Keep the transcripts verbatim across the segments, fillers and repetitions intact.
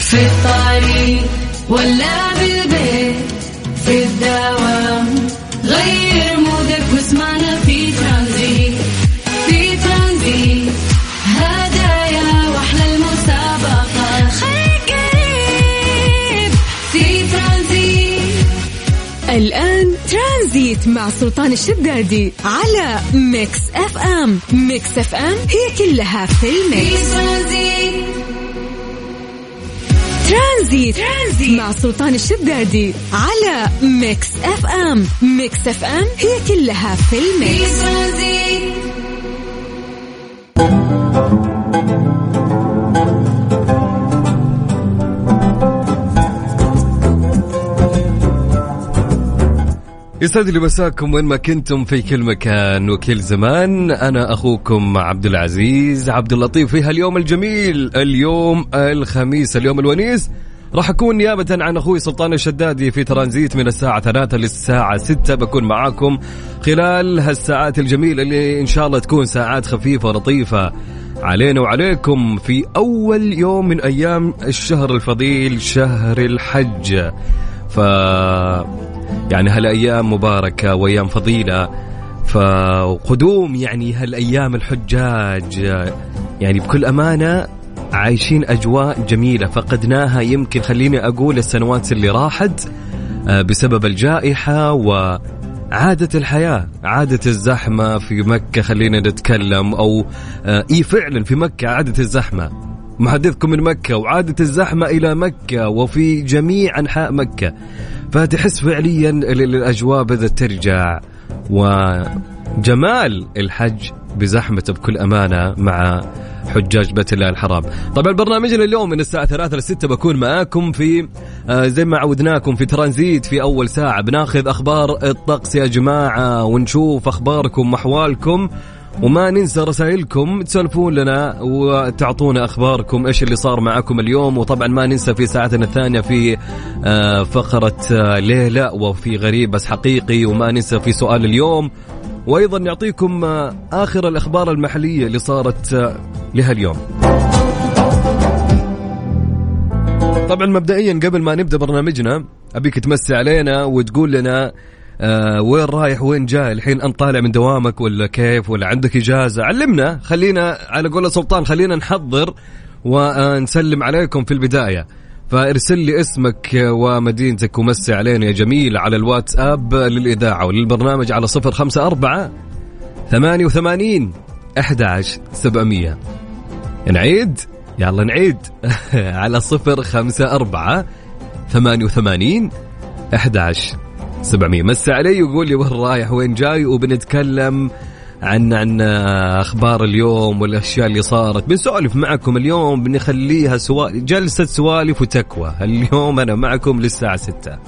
في الطريق ولا بالبيت في الدوام، غير مودك واسمعنا في ترانزيت. في ترانزيت هدايا واحلى المسابقة، خليك قريب في ترانزيت. الآن ترانزيت مع سلطان الشدادي على ميكس اف ام. ميكس اف ام هي كلها في الميكس. ترانزيت. ترانزيت مع سلطان الشدادي على ميكس اف ام. ميكس اف ام هي كلها في الميكس. يسعد لي مساكم وين ما كنتم في كل مكان وكل زمان. أنا أخوكم عبد العزيز عبد اللطيف في هاليوم الجميل، اليوم الخميس، اليوم الونيس. راح أكون نيابة عن أخوي سلطان الشدادي في ترانزيت من الساعة ثلاثة للساعة ستة. بكون معاكم خلال هالساعات الجميلة اللي إن شاء الله تكون ساعات خفيفة لطيفة علينا وعليكم في أول يوم من أيام الشهر الفضيل، شهر الحج. ف يعني هالأيام مباركة وأيام فضيلة، فقدوم يعني هالأيام الحجاج يعني بكل أمانة عايشين أجواء جميلة فقدناها يمكن خليني أقول السنوات اللي راحت بسبب الجائحة وعادة الحياة، عادة الزحمة في مكة. خلينا نتكلم أو إيه فعلا في مكة عادة الزحمة، محدثكم من مكة وعادة الزحمة إلى مكة وفي جميع أنحاء مكة، فتحس فعليا الأجواء بدأت ترجع وجمال الحج بزحمته بكل أمانة مع حجاج بيت الله الحرام. طبعا برنامجنا اليوم من الساعة ثلاثة لستة بكون معاكم في آه زي ما عودناكم في ترانزيت. في أول ساعة بناخذ أخبار الطقس يا جماعة ونشوف أخباركم وأحوالكم، وما ننسى رسائلكم تسولفون لنا وتعطونا أخباركم إيش اللي صار معكم اليوم. وطبعا ما ننسى في ساعتنا الثانية في فقرة ليلة وفي غريب بس حقيقي، وما ننسى في سؤال اليوم، وأيضا نعطيكم آخر الأخبار المحلية اللي صارت لها اليوم. طبعا مبدئيا قبل ما نبدأ برنامجنا أبيك تمسي علينا وتقول لنا آه وين رايح وين جاي الحين، أنت طالع من دوامك ولا كيف ولا عندك إجازة؟ علمنا، خلينا على قول سلطان خلينا نحضر ونسلم عليكم في البداية. فارسل لي اسمك ومدينتك ومسي علينا يا جميل على الواتساب للإذاعة وللبرنامج على صفر خمسة أربعة ثمانية وثمانين أحد عشر سبعمية. نعيد، يلا نعيد على صفر خمسة أربعة ثمانية وثمانين أحد عشر سبعمية. مسي علي وقول لي وين رايح وين جاي، وبنتكلم عن عن أخبار اليوم والأشياء اللي صارت. بنسولف معكم اليوم، بنخليها سوا... جلسة سوالف وتكوى. اليوم أنا معكم للساعة ستة.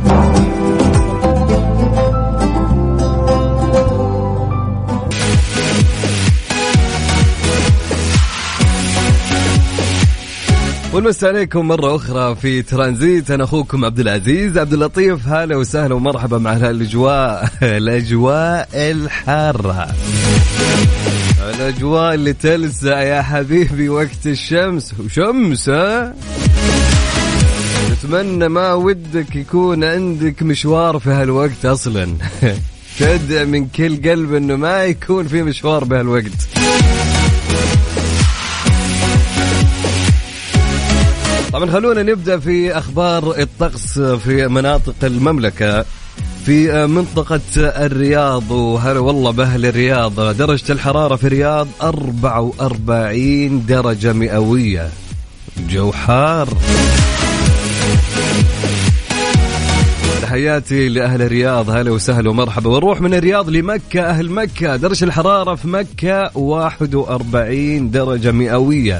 والمسا عليكم مرة أخرى في ترانزيت. أنا أخوكم عبد العزيز عبد اللطيف. هلا وسهلا ومرحبا مع الأجواء الأجواء الحارة، الأجواء اللي تلسع يا حبيبي وقت الشمس وشمس. نتمنى ما ودك يكون عندك مشوار في هالوقت أصلا. تدعي من كل قلب أنه ما يكون في مشوار بهالوقت. طبعا خلونا نبدأ في أخبار الطقس في مناطق المملكة. في منطقة الرياض، وهلا والله بأهل الرياض، درجة الحرارة في الرياض أربعة وأربعين درجة مئوية، جو حار. تحياتي لأهل الرياض، هلا وسهلا ومرحبا. ونروح من الرياض لمكة. أهل مكة درجة الحرارة في مكة واحد وأربعين درجة مئوية.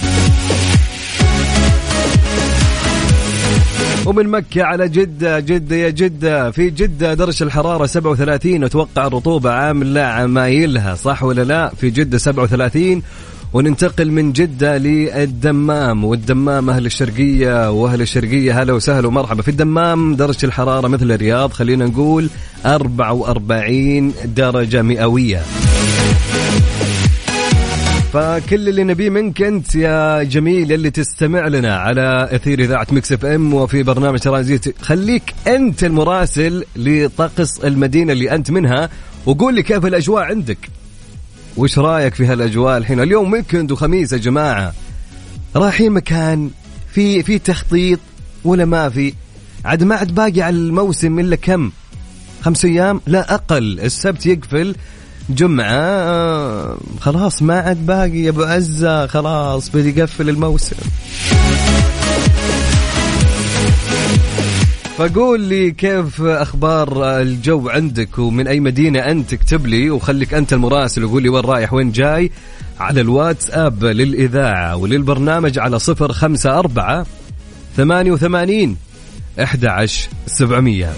ومن مكة على جدة، جدة يا جدة، في جدة درجة الحرارة سبعة وثلاثين، وتوقع الرطوبة عامل لا عمايلها، صح ولا لا؟ في جدة سبعة وثلاثين. وننتقل من جدة للدمام، والدمام أهل الشرقية وأهل الشرقية هلا وسهلا ومرحبا. في الدمام درجة الحرارة مثل الرياض، خلينا نقول أربعة وأربعين درجة مئوية. فكل اللي نبيه منك أنت يا جميل اللي تستمع لنا على أثير إذاعة ميكس اف ام وفي برنامج ترانزيت، خليك أنت المراسل لطقس المدينة اللي أنت منها، وقول لي كيف الأجواء عندك، وش رأيك في هالأجواء الحين؟ اليوم ويكند وخميس يا جماعة، رايحين مكان في في تخطيط ولا ما في؟ عاد ما عاد باقي على الموسم إلا كم؟ خمس أيام؟ لا أقل. السبت يقفل، جمعة خلاص ما عاد باقي يا أبو عزة، خلاص بدي يقفل الموسم. فقول لي كيف أخبار الجو عندك ومن أي مدينة أنت، اكتب لي وخليك أنت المراسل وقول لي وين رايح وين جاي على الواتساب للإذاعة وللبرنامج على صفر خمسة أربعة ثمانية وثمانين أحد عشر سبعمية.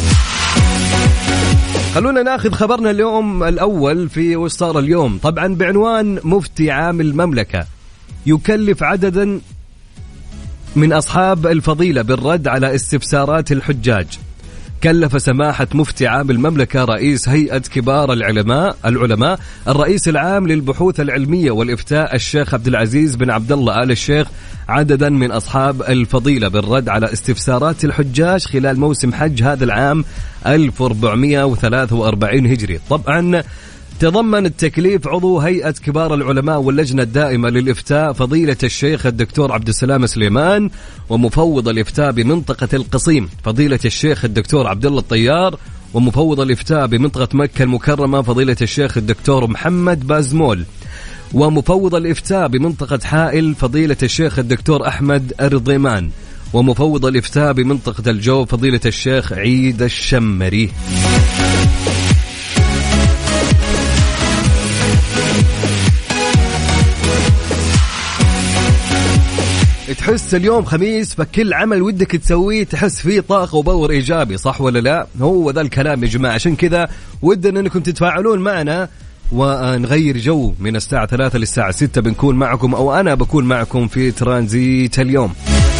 خلونا ناخذ خبرنا اليوم الأول في وش صار اليوم، طبعا بعنوان مفتي عام المملكة يكلف عددا من أصحاب الفضيلة بالرد على استفسارات الحجاج. كلف سماحة مفتي عام المملكة رئيس هيئة كبار العلماء العلماء الرئيس العام للبحوث العلمية والإفتاء الشيخ عبد العزيز بن عبد الله آل الشيخ عددا من أصحاب الفضيلة بالرد على استفسارات الحجاج خلال موسم حج هذا العام ألف وأربعمائة وثلاثة وأربعين هجري. طبعا تضمن التكليف عضو هيئة كبار العلماء واللجنة الدائمة للإفتاء فضيلة الشيخ الدكتور عبد السلام سليمان، ومفوض الإفتاء بمنطقة القصيم فضيلة الشيخ الدكتور عبد الله الطيار، ومفوض الإفتاء بمنطقة مكة المكرمة فضيلة الشيخ الدكتور محمد بازمول، ومفوض الإفتاء بمنطقة حائل فضيلة الشيخ الدكتور أحمد الرضيمان، ومفوض الإفتاء بمنطقة الجو فضيلة الشيخ عيد الشمري. تحس اليوم خميس فكل عمل ودك تسويه تحس فيه طاقة وبور إيجابي، صح ولا لا؟ هو ذا الكلام يا جماعة، عشان كذا ودنا أنكم تتفاعلون معنا ونغير جو. من الساعة ثلاثة للساعة ستة بنكون معكم أو أنا بكون معكم في ترانزيت اليوم.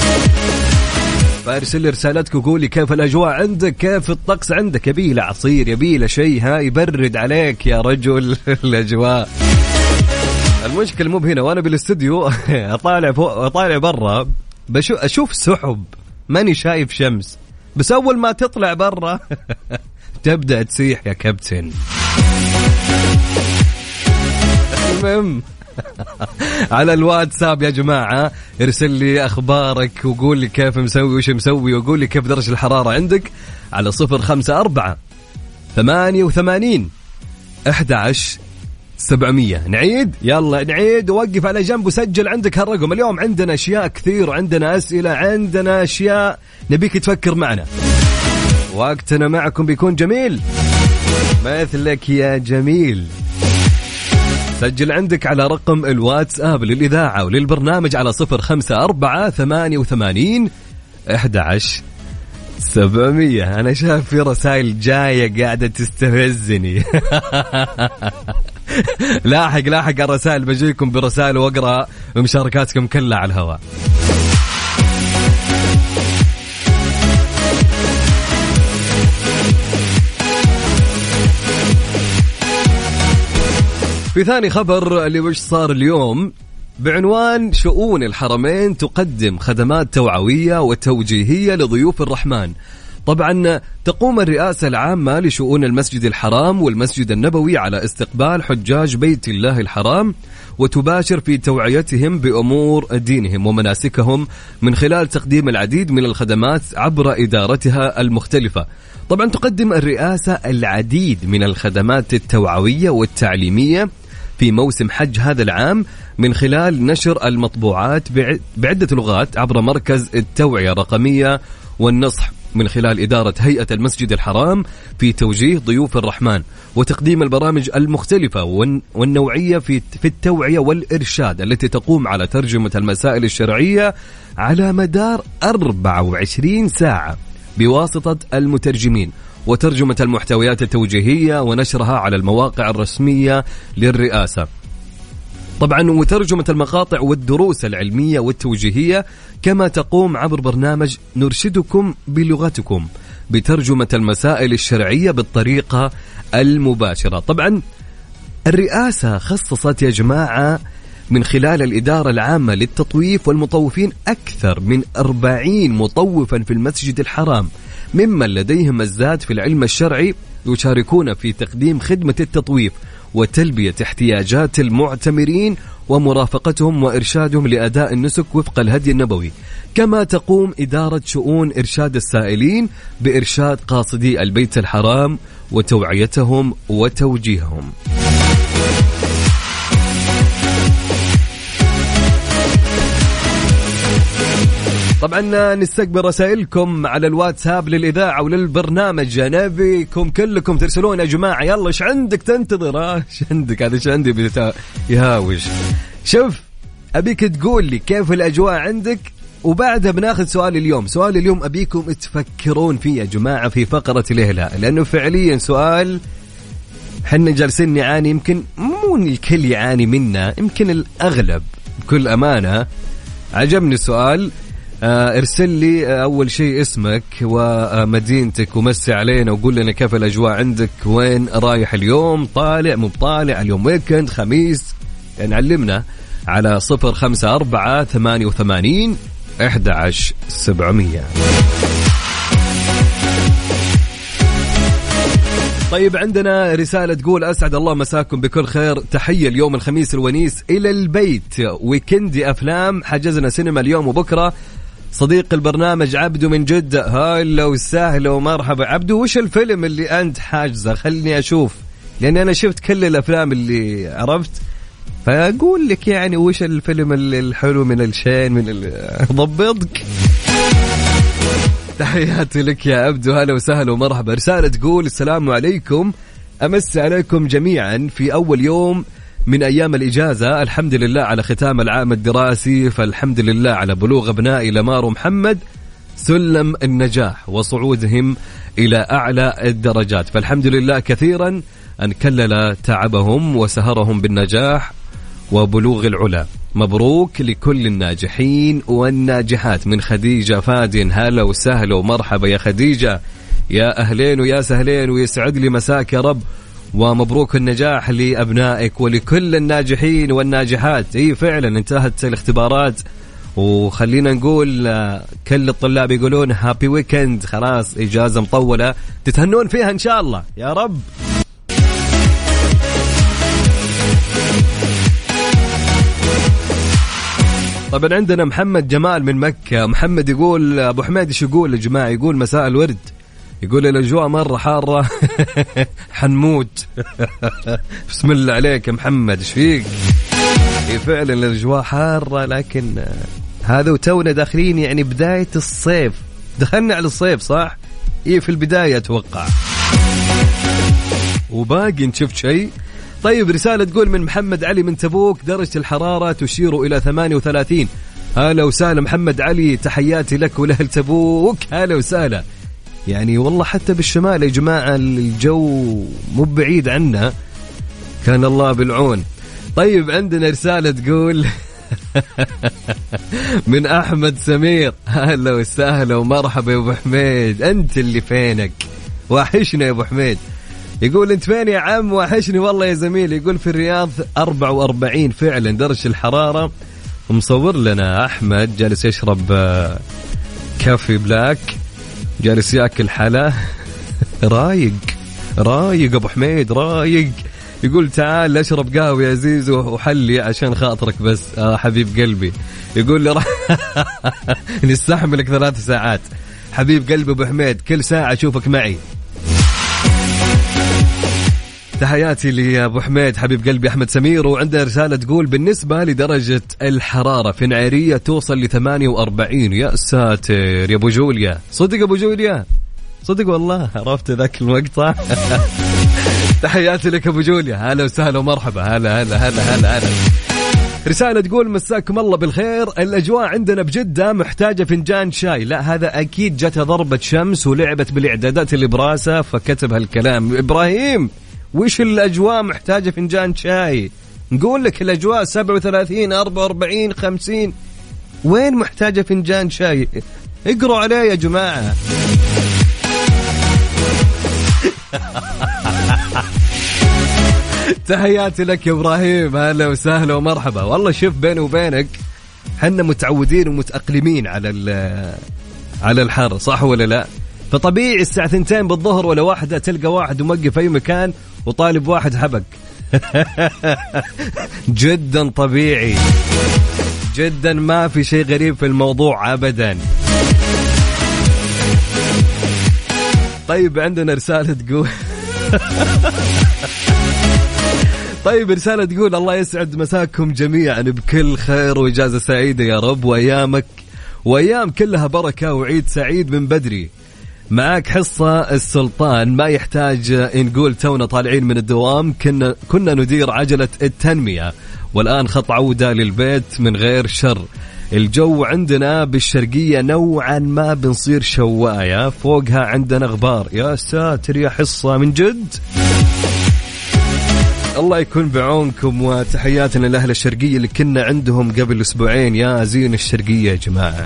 فارسل رسالتك وقولي كيف الأجواء عندك، كيف الطقس عندك، يبيله عصير يبيله شيء ها يبرد عليك يا رجل الأجواء. المشكلة مو بهنا وانا بالاستوديو اطالع فوق اطالع برا بشوف اشوف سحب ماني شايف شمس، بس اول ما تطلع برا تبدأ تسيح يا كابتن. المهم على الواتساب يا جماعة ارسل لي اخبارك وقول لي كيف مسوي وش مسوي، وقول لي كيف درجة الحرارة عندك على صفر خمسة أربعة ثمانية وثمانين أحد عشر سبعمية. نعيد يلا نعيد، ووقف على جنب وسجل عندك هالرقم. اليوم عندنا أشياء كثير وعندنا أسئلة، عندنا أشياء نبيك تفكر معنا، وقتنا معكم بيكون جميل مثلك يا جميل. سجل عندك على رقم الواتساب للإذاعة وللبرنامج على صفر خمسة أربعة ثمانية وثمانين أحد عشر سبعمية. أنا شايف في رسائل جاية قاعدة تستفزني. لاحق لاحق الرسائل، بجيكم برسائل واقرأ ومشاركاتكم كلها على الهواء. في ثاني خبر اللي وش صار اليوم بعنوان شؤون الحرمين تقدم خدمات توعوية وتوجيهية لضيوف الرحمن. طبعا تقوم الرئاسة العامة لشؤون المسجد الحرام والمسجد النبوي على استقبال حجاج بيت الله الحرام وتباشر في توعيتهم بأمور دينهم ومناسكهم من خلال تقديم العديد من الخدمات عبر إدارتها المختلفة. طبعا تقدم الرئاسة العديد من الخدمات التوعوية والتعليمية في موسم حج هذا العام من خلال نشر المطبوعات بعدة لغات عبر مركز التوعية الرقمية والنصح من خلال إدارة هيئة المسجد الحرام في توجيه ضيوف الرحمن وتقديم البرامج المختلفة والنوعية في في التوعية والإرشاد التي تقوم على ترجمة المسائل الشرعية على مدار أربعة وعشرين ساعة بواسطة المترجمين، وترجمة المحتويات التوجيهية ونشرها على المواقع الرسمية للرئاسة. طبعا وترجمة المقاطع والدروس العلمية والتوجيهية، كما تقوم عبر برنامج نرشدكم بلغتكم بترجمة المسائل الشرعية بالطريقة المباشرة. طبعا الرئاسة خصصت يا جماعة من خلال الإدارة العامة للتطويف والمطوفين أكثر من أربعين مطوفا في المسجد الحرام ممن لديهم الزاد في العلم الشرعي يشاركون في تقديم خدمة التطويف وتلبية احتياجات المعتمرين ومرافقتهم وإرشادهم لأداء النسك وفق الهدي النبوي. كما تقوم إدارة شؤون إرشاد السائلين بإرشاد قاصدي البيت الحرام وتوعيتهم وتوجيههم. طبعا نستقبل رسائلكم على الواتساب للإذاعة وللبرنامج. نبيكم كلكم ترسلون يا جماعة. يلا ايش عندك تنتظر؟ ايش عندك؟ هذا ايش عندي بتا... يهاوش. شوف أبيك تقول لي كيف الأجواء عندك، وبعدها بناخذ سؤال اليوم. سؤال اليوم أبيكم تفكرون فيه يا جماعة في فقرة الإهلاء، لأنه فعليا سؤال حنا جالسين نعاني، يمكن مو الكل يعاني منا، يمكن الأغلب. بكل أمانة عجبني السؤال. آه ارسل لي أول شيء اسمك ومدينتك ومسي علينا وقول لنا كيف الأجواء عندك، وين رايح اليوم، طالع مو طالع، اليوم ويكند خميس، يعني علمنا على صفر خمسة أربعة ثمانية وثمانين أحد عشر سبعمية. طيب عندنا رسالة تقول أسعد الله مساكم بكل خير، تحية اليوم الخميس الونيس إلى البيت، ويكندي أفلام، حجزنا سينما اليوم وبكرة. صديق البرنامج عبدو من جدة، هلا وسهلا ومرحبا عبدو. وش الفيلم اللي أنت حاجزه؟ خلني أشوف، لأن أنا شفت كل الأفلام اللي عرفت، فأقول لك يعني وش الفيلم الحلو من الشين من ضبطك. تحياتي لك يا عبدو، هلا وسهلا ومرحبا. رسالة تقول السلام عليكم، أمس عليكم جميعا في أول يوم من أيام الإجازة، الحمد لله على ختام العام الدراسي، فالحمد لله على بلوغ أبنائي لمار ومحمد سلم النجاح وصعودهم إلى أعلى الدرجات، فالحمد لله كثيرا أن كلل تعبهم وسهرهم بالنجاح وبلوغ العلا. مبروك لكل الناجحين والناجحات. من خديجة فادن، هلا وسهلا ومرحبا يا خديجة، يا أهلين ويا سهلين ويسعد لي مساك يا رب، ومبروك النجاح لأبنائك ولكل الناجحين والناجحات. إيه فعلا انتهت الاختبارات، وخلينا نقول كل الطلاب يقولون هابي ويكند، خلاص إجازة مطولة تتهنون فيها إن شاء الله يا رب. طبعا عندنا محمد جمال من مكة. محمد يقول أبو حميد إيش يقول يا جماعة؟ يقول مساء الورد، يقول الأجواء مرة حارة حنموت. بسم الله عليك يا محمد، إيش فيك؟ فعلا الأجواء حارة، لكن هذا وتونا داخلين يعني بداية الصيف، دخلنا على الصيف صح؟ إيه في البداية أتوقع، وباقي نشوف شيء. طيب رسالة تقول من محمد علي من تبوك، درجة الحرارة تشير إلى ثمانية وثلاثين. هلا وسهلا محمد علي، تحياتي لك ولأهل تبوك، هلا وسهلا. يعني والله حتى بالشمال يا جماعة الجو مو بعيد عنا، كان الله بالعون. طيب عندنا رسالة تقول من أحمد سمير، هلا وسهلا ومرحبا يا أبو حميد، أنت اللي فينك، وحشنا يا أبو حميد. يقول أنت فين يا عم؟ وحشني والله يا زميل. يقول في الرياض أربعة وأربعين فعلا درجة الحرارة. مصور لنا أحمد جالس يشرب كافي بلاك، جالس يأكل حلا. رايق رايق أبو حميد رايق. يقول تعال أشرب قهوة يا زيزو وحلي عشان خاطرك بس. آه حبيب قلبي. يقول لي نستحملك ثلاث ساعات. حبيب قلبي أبو حميد، كل ساعة أشوفك معي. تحياتي لي أبو حميد حبيب قلبي أحمد سمير. وعنده رسالة تقول بالنسبة لدرجة الحرارة في نعيرية توصل لثمانية وأربعين. يا ساتر يا أبو جوليا، صدق أبو جوليا، صدق والله عرفت ذاك المقطع. تحياتي لك أبو جوليا، هلا وسهلا ومرحبا، هلا هلا هلا هلا هلا. رسالة تقول مساكم الله بالخير، الأجواء عندنا بجدة محتاجة فنجان شاي. لا هذا أكيد جت ضربة شمس ولعبت بالإعدادات اللي براسه فكتب هالكلام. إبراهيم وش الأجواء محتاجة فنجان شاي؟ نقول لك الأجواء سبعة وثلاثين أربعة وأربعين خمسين، وين محتاجة فنجان شاي؟ اقروا عليه يا جماعة. تحياتي لك يا إبراهيم، هلا وسهلا ومرحبا. والله شوف بيني وبينك حنا متعودين ومتأقلمين على على الحر، صح ولا لا؟ فطبيعي الساعة ثنتين بالظهر ولا واحدة تلقى واحد موقف أي مكان وطالب واحد حبق. جدا طبيعي جدا، ما في شيء غريب في الموضوع أبدا. طيب عندنا رسالة تقول طيب رسالة تقول الله يسعد مساكم جميعا بكل خير وإجازة سعيدة يا رب، وأيامك وأيام كلها بركة وعيد سعيد من بدري. معاك حصة السلطان، ما يحتاج نقول تونا طالعين من الدوام، كنا كنا ندير عجلة التنمية والآن خط عودة للبيت من غير شر. الجو عندنا بالشرقية نوعا ما بنصير شواية، فوقها عندنا غبار. يا ساتر يا حصة من جد. الله يكون بعونكم، وتحياتنا لأهل الشرقية اللي كنا عندهم قبل أسبوعين. يا زين الشرقية يا جماعة،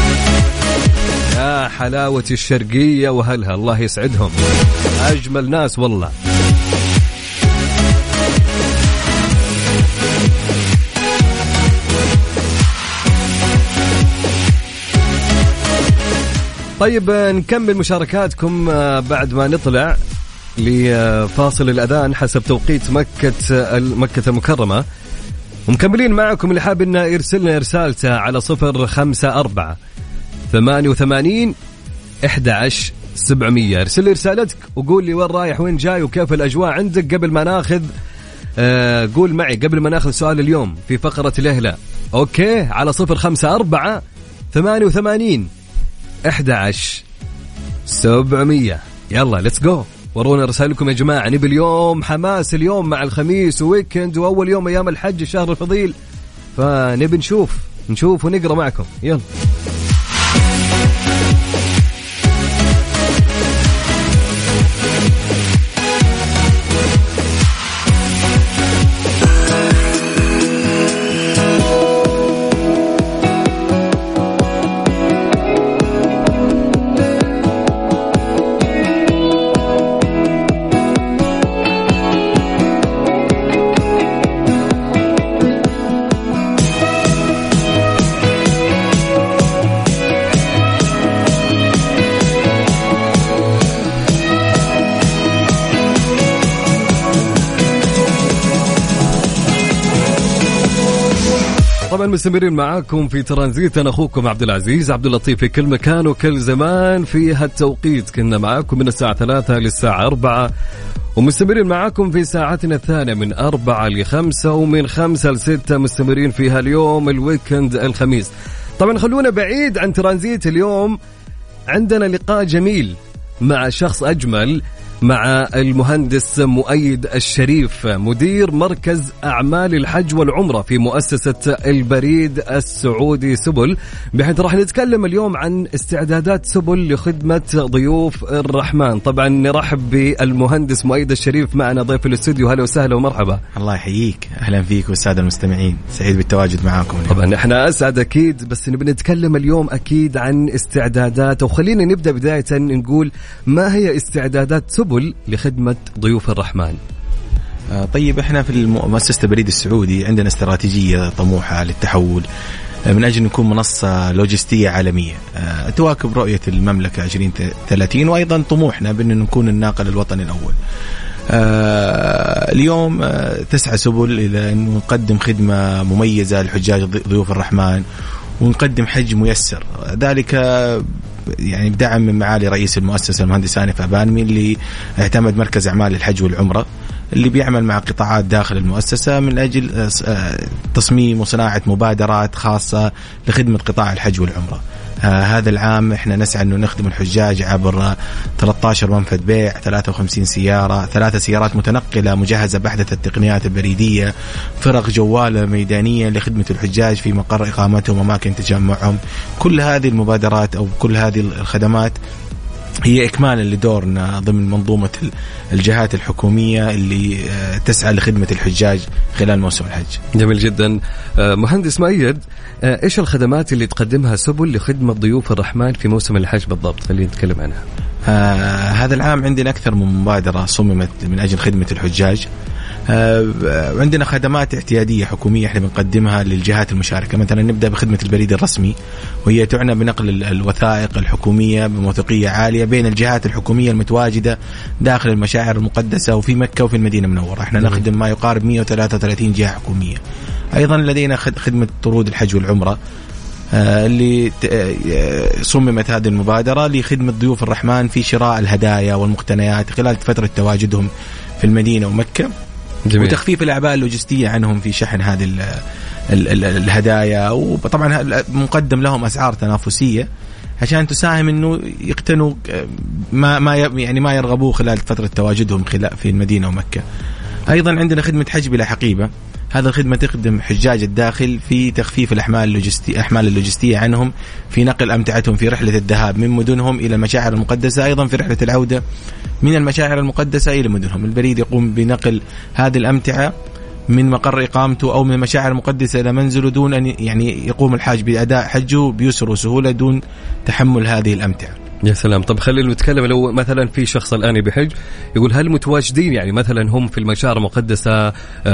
يا حلاوة الشرقية وهلها، الله يسعدهم، أجمل ناس والله. طيب نكمل مشاركاتكم بعد ما نطلع لفاصل الأذان حسب توقيت مكة مكة المكرمة، ومكملين معكم. اللي حاب إنه يرسلنا رسالته على صفر خمسة أربعة ثمانية وثمانين أحد عشر سبعمية. ارسل لي رسالتك وقول لي وين رايح وين جاي وكيف الأجواء عندك. قبل ما ناخذ آه قول معي قبل ما ناخذ سؤال اليوم في فقرة الإهلا، أوكي، على صفر خمسة أربعة ثمانية وثمانين أحد عشر سبعمية. يلا ليتس جو، ورونا رسالكم يا جماعة. نبي اليوم حماس، اليوم مع الخميس وويكند وأول يوم أيام الحج الشهر الفضيل، فنبي نشوف نشوف ونقرأ معكم. يلا طبعا مستمرين معاكم في ترانزيت. أنا أخوكم عبد العزيز عبد اللطيف في كل مكان وكل زمان في هالتوقيت. كنا معاكم من الساعة ثلاثة للساعة أربعة، ومستمرين معاكم في ساعتنا الثانية من أربعة لخمسة ومن خمسة لستة، مستمرين فيها اليوم الويكند الخميس. طبعا خلونا بعيد عن ترانزيت. اليوم عندنا لقاء جميل مع شخص أجمل، مع المهندس مؤيد الشريف، مدير مركز أعمال الحج والعمرة في مؤسسة البريد السعودي سبل، بحيث راح نتكلم اليوم عن استعدادات سبل لخدمة ضيوف الرحمن. طبعا نرحب بالمهندس مؤيد الشريف معنا ضيف الاستوديو. هلا وسهلا ومرحبا. الله يحييك، أهلا فيك والسادة المستمعين، سعيد بالتواجد معاكم اليوم. طبعا احنا أسعد أكيد، بس نبي نتكلم اليوم أكيد عن استعدادات، وخلينا نبدأ بداية نقول ما هي استعدادات سبل لخدمة ضيوف الرحمن. آه طيب احنا في مؤسسة البريد السعودي عندنا استراتيجية طموحة للتحول من أجل نكون منصة لوجستية عالمية آه تواكب رؤية المملكة عشرين ثلاثين، وأيضا طموحنا بأن نكون الناقل الوطني الأول. آه اليوم آه تسعى سبل إلى أن نقدم خدمة مميزة للحجاج ضيوف الرحمن، ونقدم حج ميسر، ذلك يعني بدعم من معالي رئيس المؤسسة المهندس آنف أبانمي، اللي اعتمد مركز أعمال الحج والعمرة اللي بيعمل مع قطاعات داخل المؤسسة من أجل تصميم وصناعة مبادرات خاصة لخدمة قطاع الحج والعمرة. آه هذا العام احنا نسعى انه نخدم الحجاج عبر ثلاثة عشر منفذ بيع، ثلاثة وخمسين سيارة، ثلاثة سيارات متنقلة مجهزة بأحدث التقنيات البريدية، فرق جوالة ميدانية لخدمة الحجاج في مقر إقامتهم وأماكن تجمعهم. كل هذه المبادرات أو كل هذه الخدمات هي إكمالا لدورنا ضمن منظومة الجهات الحكومية اللي تسعى لخدمة الحجاج خلال موسم الحج. جميل جدا. مهندس مؤيد، إيش الخدمات اللي تقدمها سبل لخدمة ضيوف الرحمن في موسم الحج بالضبط؟ خلينا نتكلم عنها. آه هذا العام عندنا أكثر من مبادرة صممت من أجل خدمة الحجاج. عندنا خدمات اعتيادية حكومية احنا بنقدمها للجهات المشاركة. مثلا نبدأ بخدمة البريد الرسمي، وهي تعنى بنقل الوثائق الحكومية بموثوقية عالية بين الجهات الحكومية المتواجدة داخل المشاعر المقدسة وفي مكة وفي المدينة المنورة. احنا نخدم ما يقارب مئة وثلاثة وثلاثين جهة حكومية. أيضا لدينا خدمة طرود الحج والعمرة اللي صممت هذه المبادرة لخدمة ضيوف الرحمن في شراء الهدايا والمقتنيات خلال فترة تواجدهم في المدينة ومكة. جميل. وتخفيف الأعباء اللوجستية عنهم في شحن هذه ال ال ال الهدايا، وطبعا مقدم لهم أسعار تنافسية عشان تساهم إنه يقتنوا ما ما يعني ما يرغبوه خلال فترة تواجدهم خلال في المدينة ومكة. أيضا عندنا خدمة حج بلا حقيبة. هذا الخدمة تخدم حجاج الداخل في تخفيف الأحمال اللوجستية أحمال اللوجستية عنهم في نقل أمتعتهم في رحلة الذهاب من مدنهم إلى المشاعر المقدسة، أيضا في رحلة العودة من المشاعر المقدسة إلى مدنهم. البريد يقوم بنقل هذه الأمتعة من مقر إقامته أو من المشاعر المقدسة إلى منزله دون أن يعني يقوم الحاج بأداء حجه بيسر وسهولة دون تحمل هذه الأمتعة. يا سلام. طب خلينا نتكلم لو مثلا في شخص الآن بحج يقول هل متواجدين يعني مثلا هم في المشاعر المقدسة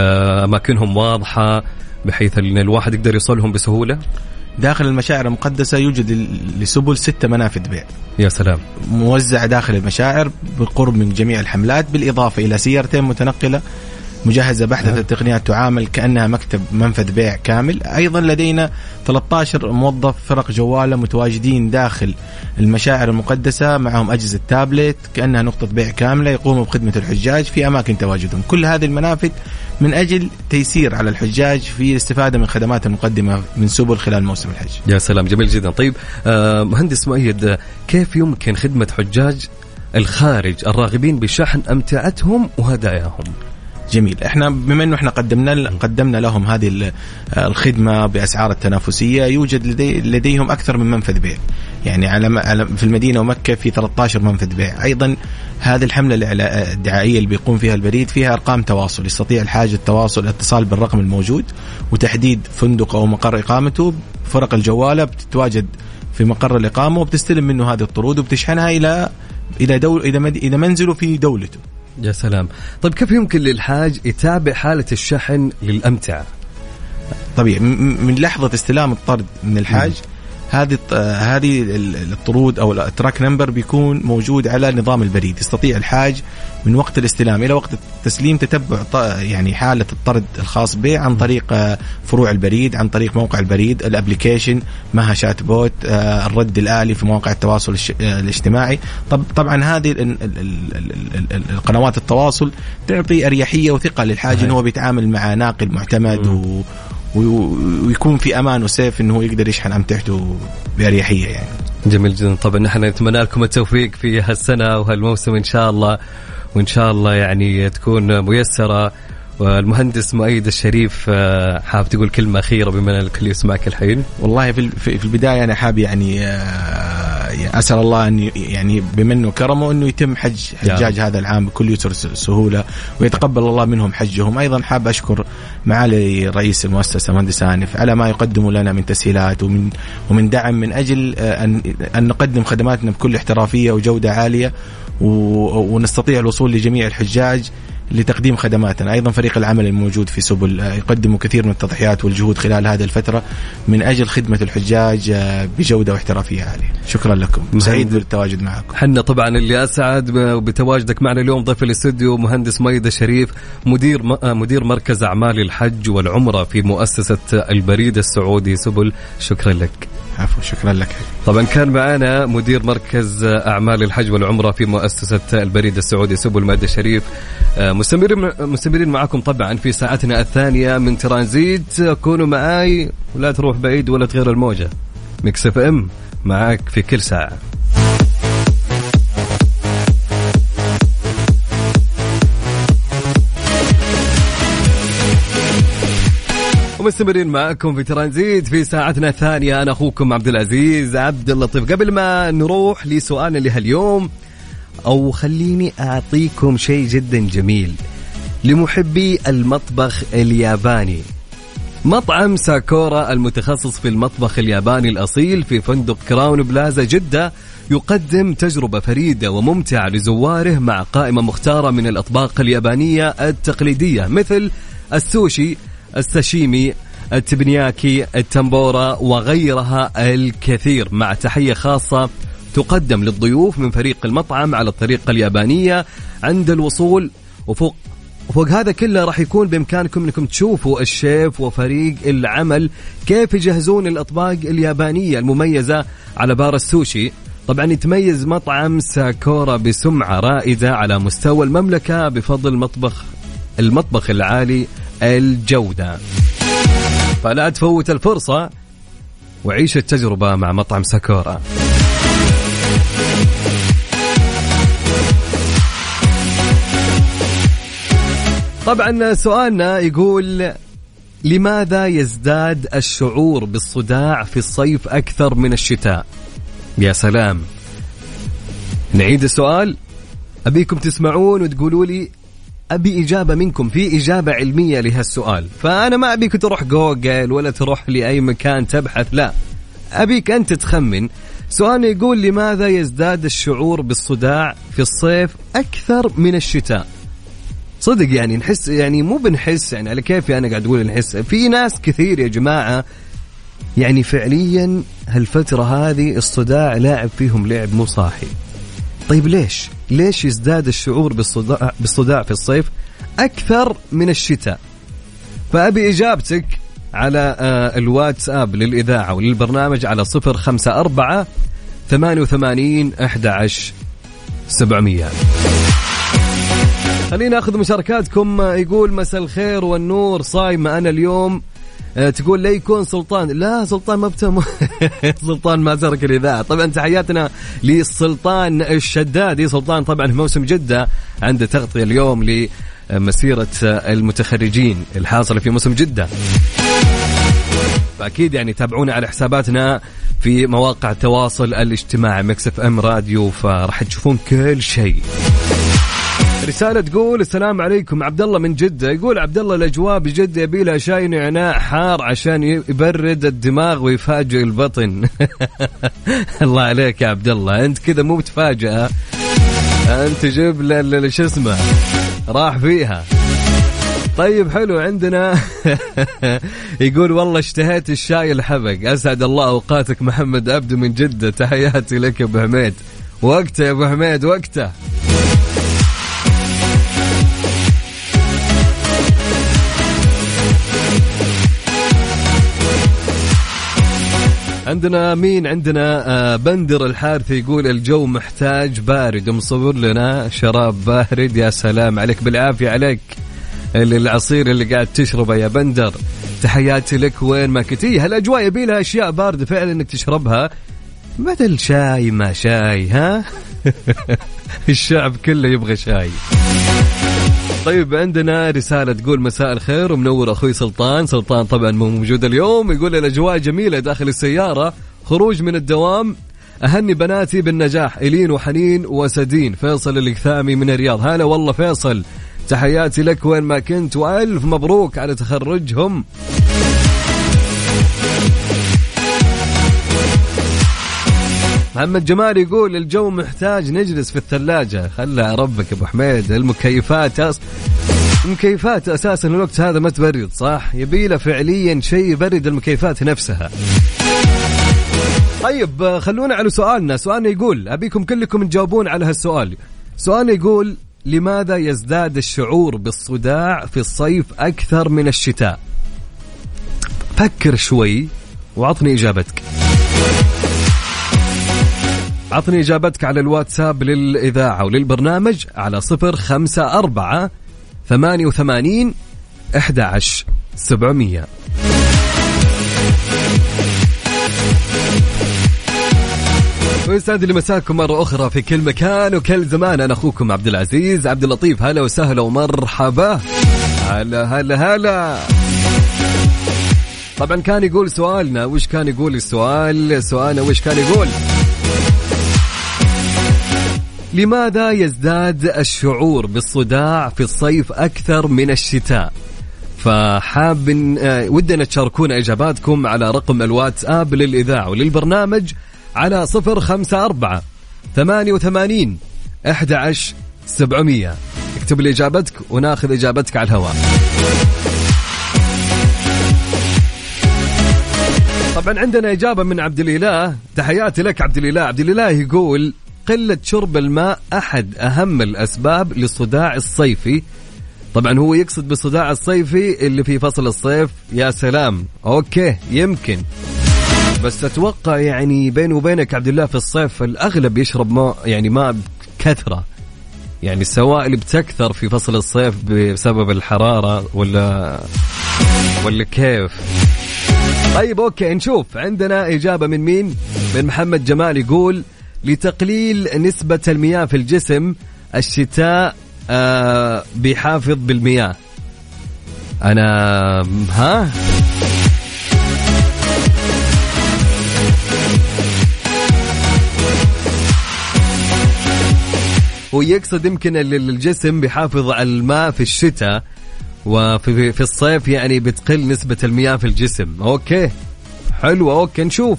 أماكنهم واضحة بحيث أن الواحد يقدر يوصلهم بسهولة؟ داخل المشاعر المقدسة يوجد لسبل ستة منافذ بيع. يا سلام. موزعة داخل المشاعر بالقرب من جميع الحملات، بالإضافة إلى سيارتين متنقلة مجهزة بأحدث التقنيات تعامل كأنها مكتب منفذ بيع كامل. أيضا لدينا ثلاثة عشر موظف فرق جوالة متواجدين داخل المشاعر المقدسة معهم أجهزة تابلت كأنها نقطة بيع كاملة يقوموا بخدمة الحجاج في أماكن تواجدهم. كل هذه المنافذ من أجل تيسير على الحجاج في الاستفادة من خدمات المقدمة من سبل خلال موسم الحج. يا سلام، جميل جدا. طيب آه مهندس مؤيد، كيف يمكن خدمة حجاج الخارج الراغبين بشحن أمتعتهم وهداياهم؟ جميل. احنا بما انه احنا قدمنا قدمنا لهم هذه الخدمه باسعار التنافسيه، يوجد لدي لديهم اكثر من منفذ بيع. يعني على في المدينه ومكه في ثلاثة عشر منفذ بيع. ايضا هذه الحمله الدعائيه اللي بيقوم فيها البريد فيها ارقام تواصل، يستطيع الحاج التواصل الاتصال بالرقم الموجود وتحديد فندق او مقر اقامته. فرق الجواله بتتواجد في مقر الاقامه وبتستلم منه هذه الطرود وبتشحنها الى الى دول الى منزله في دولته. يا سلام. طيب كيف يمكن للحاج يتابع حالة الشحن للأمتعة؟ طبيعي من لحظة استلام الطرد من الحاج هذه هذه الطرود أو التراك نمبر بيكون موجود على نظام البريد. يستطيع الحاج من وقت الاستلام إلى وقت التسليم تتبع يعني حالة الطرد الخاص به عن طريق فروع البريد، عن طريق موقع البريد، الابليكيشن مها شات بوت، الرد الآلي في مواقع التواصل الاجتماعي. طب طبعا هذه القنوات التواصل تعطي أريحية وثقة للحاج إنه هو بيتعامل مع ناقل معتمد و ويكون في أمان وسيف إنه يقدر يشحن أمتعته بأريحية يعني. جميل جدا. طبعا نحن نتمنى لكم التوفيق في هالسنة وهالموسم إن شاء الله، وإن شاء الله يعني تكون ميسرة. والمهندس مؤيد الشريف حاب تقول كلمة أخيرة بما أن الكل يسمعك الحين؟ والله في في البداية أنا حاب يعني أسأل الله أن يعني بمنه كرمه أنه يتم حج حجاج هذا العام بكل يسر سهولة ويتقبل الله منهم حجهم. أيضا حاب أشكر معالي رئيس المؤسسة مهندس هانف على ما يقدموا لنا من تسهيلات ومن ومن دعم من أجل أن أن نقدم خدماتنا بكل احترافية وجودة عالية ونستطيع الوصول لجميع الحجاج لتقديم خدماتنا. أيضا فريق العمل الموجود في سبل يقدم كثير من التضحيات والجهود خلال هذه الفترة من أجل خدمة الحجاج بجودة واحترافية عالية. شكرا لكم، سعيد بالتواجد معكم. حنا طبعا اللي أسعد بتواجدك معنا اليوم ضيف الاستوديو مهندس مؤيد الشريف، مدير مدير مركز أعمال الحج والعمرة في مؤسسة البريد السعودي سبل. شكرا لك. عفوا، شكرا لك. طبعا كان معنا مدير مركز أعمال الحج والعمرة في مؤسسة البريد السعودي سبل مؤيد الشريف. مستمرين مستمرين معكم طبعا في ساعتنا الثانية من ترانزيت. كونوا معاي ولا تروح بعيد ولا تغير الموجة. ميكس اف ام معاك في كل ساعة. ومستمرين معكم في ترانزيت في ساعتنا الثانية. أنا أخوكم عبد العزيز عبد اللطيف. قبل ما نروح لسؤالنا لهاليوم، أو خليني أعطيكم شيء جدا جميل لمحبي المطبخ الياباني. مطعم ساكورا المتخصص في المطبخ الياباني الأصيل في فندق كراون بلازا جدة يقدم تجربة فريدة وممتعة لزواره مع قائمة مختارة من الأطباق اليابانية التقليدية مثل السوشي، الساشيمي، التبنياكي، التمبورا وغيرها الكثير، مع تحية خاصة تقدم للضيوف من فريق المطعم على الطريقة اليابانية عند الوصول. وفوق وفوق هذا كله راح يكون بإمكانكم أنكم تشوفوا الشيف وفريق العمل كيف يجهزون الأطباق اليابانية المميزة على بار السوشي. طبعا يتميز مطعم ساكورا بسمعة رائدة على مستوى المملكة بفضل مطبخ المطبخ العالي الجودة. فلا تفوت الفرصة وعيش التجربة مع مطعم ساكورا. طبعا سؤالنا يقول: لماذا يزداد الشعور بالصداع في الصيف أكثر من الشتاء؟ يا سلام. نعيد السؤال، أبيكم تسمعون وتقولوا لي، أبي إجابة منكم، في إجابة علمية لهالسؤال. فأنا ما أبيك تروح جوجل ولا تروح لأي مكان تبحث، لا، أبيك أنت تخمن. سؤال يقول: لماذا يزداد الشعور بالصداع في الصيف أكثر من الشتاء؟ صدق يعني نحس، يعني مو بنحس، يعني على كيفي أنا قاعد أقول نحس. في ناس كثير يا جماعة يعني فعليا هالفترة هذه الصداع لاعب فيهم لعب مو صاحي. طيب ليش؟ ليش يزداد الشعور بالصداع, بالصداع في الصيف أكثر من الشتاء؟ فأبي إجابتك على الواتساب للإذاعة وللبرنامج على صفر خمسة أربعة ثمانية وثمانين أحد عشر سبعمية. خلينا أخذ مشاركاتكم. يقول: مساء الخير والنور، صايمة أنا اليوم. تقول لا يكون سلطان. لا سلطان ما بتم سلطان ما ترك الإذاعة. طبعا تحياتنا للسلطان الشدادي. سلطان طبعا في موسم جدة عنده تغطية اليوم لمسيرة المتخرجين الحاصلة في موسم جدة، فأكيد يعني تابعونا على حساباتنا في مواقع التواصل الاجتماعي ميكس اف ام راديو، فرح تشوفون كل شيء. رسالة تقول: السلام عليكم، عبد الله من جدة. يقول عبد الله: الأجواء بجدة يبي لها شاي نعناع حار عشان يبرد الدماغ ويفاجئ البطن. الله عليك يا عبد الله، أنت كذا مو متفاجئة، أنت جيب ل شو اسمه راح فيها. طيب حلو. عندنا يقول: والله اشتهيت الشاي الحبق. أسعد الله أوقاتك محمد عبد من جدة، تحياتي لك يا أبو حميد. وقته يا أبو حميد، وقته. عندنا مين؟ عندنا آه بندر الحارثي. يقول: الجو محتاج بارد ومصور لنا شراب بارد. يا سلام عليك، بالعافية عليك العصير اللي قاعد تشربه يا بندر، تحياتي لك وين ما كنتي. هالأجواء يبي لها أشياء باردة فعلا إنك تشربها بدل شاي ما شاي. ها الشعب كله يبغى شاي. طيب عندنا رسالة تقول: مساء الخير ومنور أخوي سلطان. سلطان طبعا موجود اليوم. يقول: الأجواء جميلة داخل السيارة، خروج من الدوام، أهني بناتي بالنجاح، إلين وحنين وسدين. فيصل الإكثامي من الرياض. هلا والله فيصل، تحياتي لك وين ما كنت، وألف مبروك على تخرجهم. محمد جمال يقول: الجو محتاج نجلس في الثلاجة. خلى ربك أبو حميد، المكيفات أص... المكيفات أساسا الوقت هذا ما تبرد، صح؟ يبيله فعليا شيء يبرد المكيفات نفسها. طيب خلونا على سؤالنا. سؤالنا يقول، أبيكم كلكم تجاوبون على هالسؤال. سؤالنا يقول: لماذا يزداد الشعور بالصداع في الصيف أكثر من الشتاء؟ فكر شوي وعطني إجابتك. عطني إجابتك على الواتساب للإذاعة وللبرنامج على صفر خمسة أربعة ثمانية وثمانين أحد عشر سبعمية. ويسعد لي مساكم مرة أخرى في كل مكان وكل زمان. أنا أخوكم عبد العزيز عبد اللطيف. هلا وسهلا ومرحبا. هلا هلا هلا. طبعا كان يقول سؤالنا، وش كان يقول السؤال؟ سؤالنا وش كان يقول؟ لماذا يزداد الشعور بالصداع في الصيف أكثر من الشتاء؟ فحاب ودنا تشاركونا إجاباتكم على رقم الواتساب للإذاعة وللبرنامج على صفر خمسة أربعة ثمانية وثمانين أحد عشر سبعمية. اكتب لي إجابتك وناخذ إجابتك على الهواء. طبعا عندنا إجابة من عبد الإله، تحياتي لك عبد الإله. عبد الإله يقول قلة شرب الماء أحد أهم الأسباب للصداع الصيفي. طبعا هو يقصد بالصداع الصيفي اللي في فصل الصيف. يا سلام، أوكي يمكن، بس أتوقع يعني بيني وبينك عبد الله في الصيف الأغلب يشرب ماء، يعني ماء بكثرة، يعني السوائل بتكثر في فصل الصيف بسبب الحرارة ولا ولا كيف؟ طيب أوكي نشوف. عندنا إجابة من مين؟ من محمد جمال يقول لتقليل نسبة المياه في الجسم الشتاء آه بيحافظ بالمياه. أنا ها ويقصد يمكن الجسم بيحافظ على الماء في الشتاء، وفي في الصيف يعني بتقل نسبة المياه في الجسم. أوكي حلو، أوكي نشوف.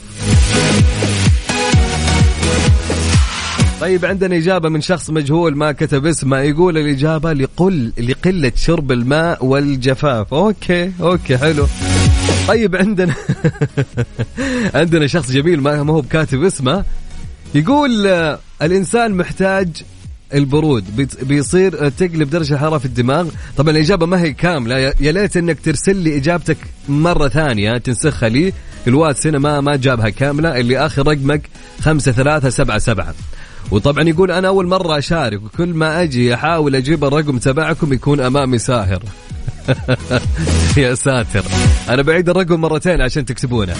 طيب عندنا إجابة من شخص مجهول ما كتب اسمه، يقول الإجابة لقل لقلة شرب الماء والجفاف. أوكي أوكي حلو. طيب عندنا عندنا شخص جميل ما هو بكاتب اسمه، يقول الإنسان محتاج البرود، بيصير تقلب درجة الحرارة في الدماغ. طبعا الإجابة ما هي كاملة، يا ليت إنك ترسل لي إجابتك مرة ثانية تنسخها لي. الواتس هنا ما ما جابها كاملة، اللي آخر رقمك خمسة ثلاثة سبعة سبعة. وطبعا يقول أنا أول مرة أشارك، وكل ما أجي أحاول أجيب الرقم تبعكم يكون أمامي ساهر. يا ساتر، أنا بعيد الرقم مرتين عشان تكتبونه.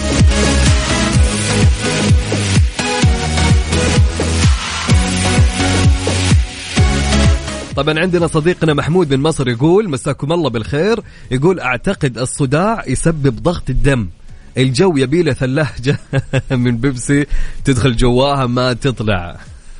طبعا عندنا صديقنا محمود من مصر يقول مساكم الله بالخير، يقول أعتقد الصداع يسبب ضغط الدم، الجو يبيله ثلاجة من بيبسي تدخل جواها ما تطلع.